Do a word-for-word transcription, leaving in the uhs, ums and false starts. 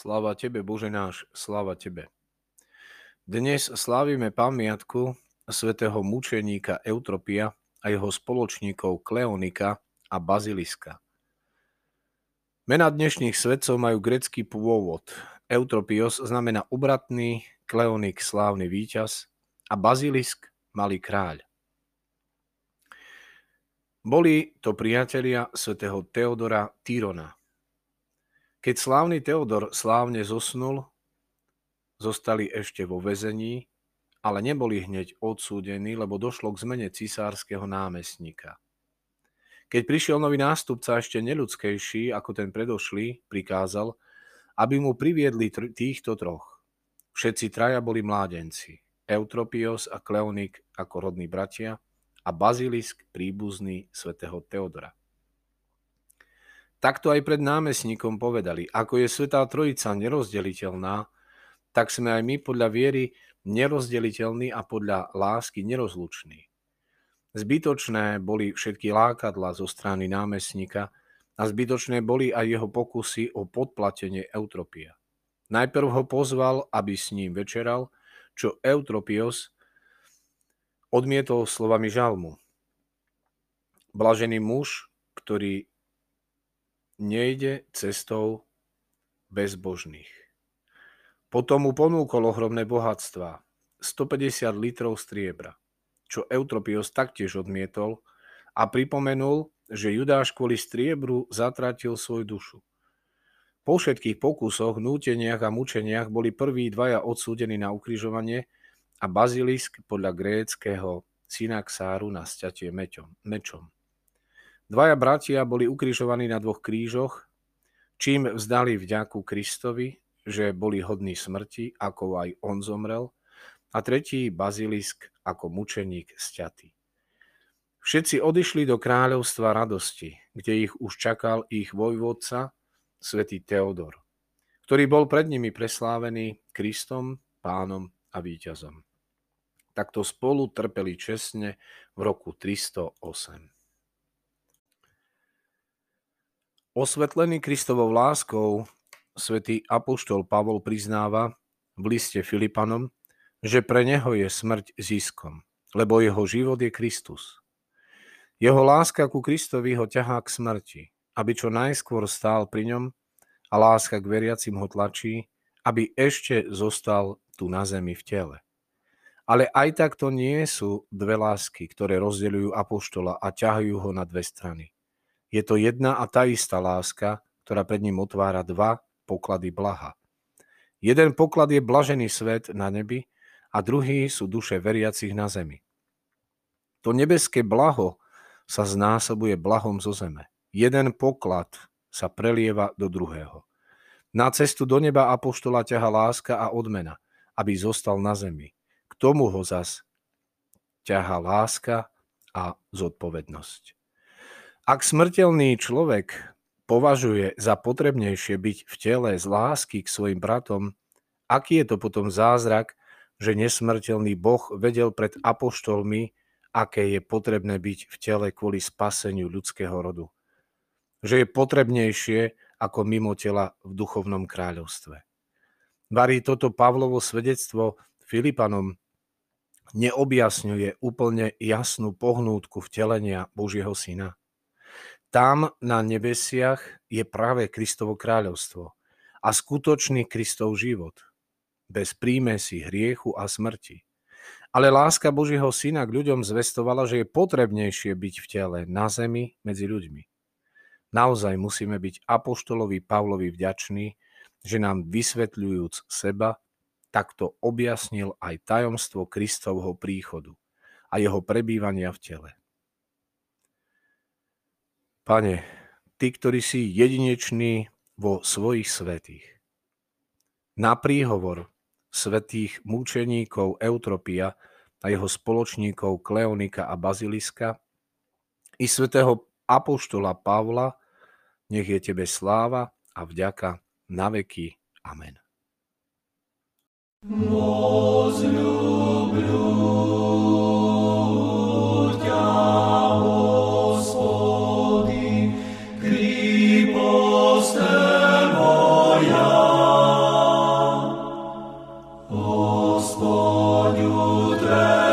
Sláva Tebe, Bože náš, sláva Tebe. Dnes slávime pamiatku svätého mučeníka Eutropia a jeho spoločníkov Kleonika a Baziliska. Mená dnešných svätcov majú grécky pôvod. Eutropios znamená obratný, Kleonik slávny víťaz a Bazilisk malý kráľ. Boli to priatelia svätého Teodora Tyrona. Keď slávny Teodor slávne zosnul, zostali ešte vo väzení, ale neboli hneď odsúdení, lebo došlo k zmene cisárskeho námestníka. Keď prišiel nový nástupca ešte neľudskejší ako ten predošlý, prikázal, aby mu priviedli tr- týchto troch. Všetci traja boli mládenci, Eutropios a Kleonik ako rodní bratia a Bazilisk príbuzný svätého Teodora. Takto aj pred námestníkom povedali, ako je Svätá Trojica nerozdeliteľná, tak sme aj my podľa viery nerozdeliteľní a podľa lásky nerozluční. Zbytočné boli všetky lákadlá zo strany námestníka a zbytočné boli aj jeho pokusy o podplatenie Eutropia. Najprv ho pozval, aby s ním večeral, čo Eutropios odmietol slovami žalmu. Blažený muž, ktorý nejde cestou bezbožných. Potom mu ponúkol ohromné bohatstva, stopäťdesiat litrov striebra, čo Eutropios taktiež odmietol a pripomenul, že Judáš kvôli striebru zatratil svoju dušu. Po všetkých pokusoch, núteniach a mučeniach boli prví dvaja odsúdení na ukrižovanie a Bazilisk podľa gréckeho synaxáru na sťatie mečom. Dvaja bratia boli ukrižovaní na dvoch krížoch, čím vzdali vďaku Kristovi, že boli hodní smrti, ako aj on zomrel, a tretí Bazilisk ako mučeník sťatý. Všetci odišli do kráľovstva radosti, kde ich už čakal ich vojvodca, svätý Teodor, ktorý bol pred nimi preslávený Kristom, pánom a víťazom. Takto spolu trpeli čestne v roku tristoosemdesiatosem. Osvetlený Kristovou láskou svätý apoštol Pavol priznáva v liste Filipanom, že pre neho je smrť ziskom, lebo jeho život je Kristus. Jeho láska ku Kristovi ho ťahá k smrti, aby čo najskôr stál pri ňom, a láska k veriacim ho tlačí, aby ešte zostal tu na zemi v tele. Ale aj tak to nie sú dve lásky, ktoré rozdeľujú apoštola a ťahajú ho na dve strany. Je to jedna a tá istá láska, ktorá pred ním otvára dva poklady blaha. Jeden poklad je blažený svet na nebi a druhý sú duše veriacich na zemi. To nebeské blaho sa znásobuje blahom zo zeme. Jeden poklad sa prelieva do druhého. Na cestu do neba apoštola ťaha láska a odmena, aby zostal na zemi. K tomu ho zas ťaha láska a zodpovednosť. Ak smrteľný človek považuje za potrebnejšie byť v tele z lásky k svojim bratom, aký je to potom zázrak, že nesmrteľný Boh vedel pred apoštolmi, aké je potrebné byť v tele kvôli spaseniu ľudského rodu. Že je potrebnejšie ako mimo tela v duchovnom kráľovstve. Varí toto Pavlovo svedectvo Filipanom neobjasňuje úplne jasnú pohnútku vtelenia Božieho syna. Tam na nebesiach je práve Kristovo kráľovstvo a skutočný Kristov život, bez prímesí hriechu a smrti. Ale láska Božieho syna k ľuďom zvestovala, že je potrebnejšie byť v tele na zemi medzi ľuďmi. Naozaj musíme byť apoštolovi Pavlovi vďační, že nám vysvetľujúc seba, takto objasnil aj tajomstvo Kristovho príchodu a jeho prebývania v tele. Pane, Ty, ktorý si jedinečný vo svojich svätých, na príhovor svätých mučeníkov Eutropia a jeho spoločníkov Kleonika a Baziliska i svätého apoštola Pavla, nech je Tebe sláva a vďaka na veky. Amen. Moja ňu dve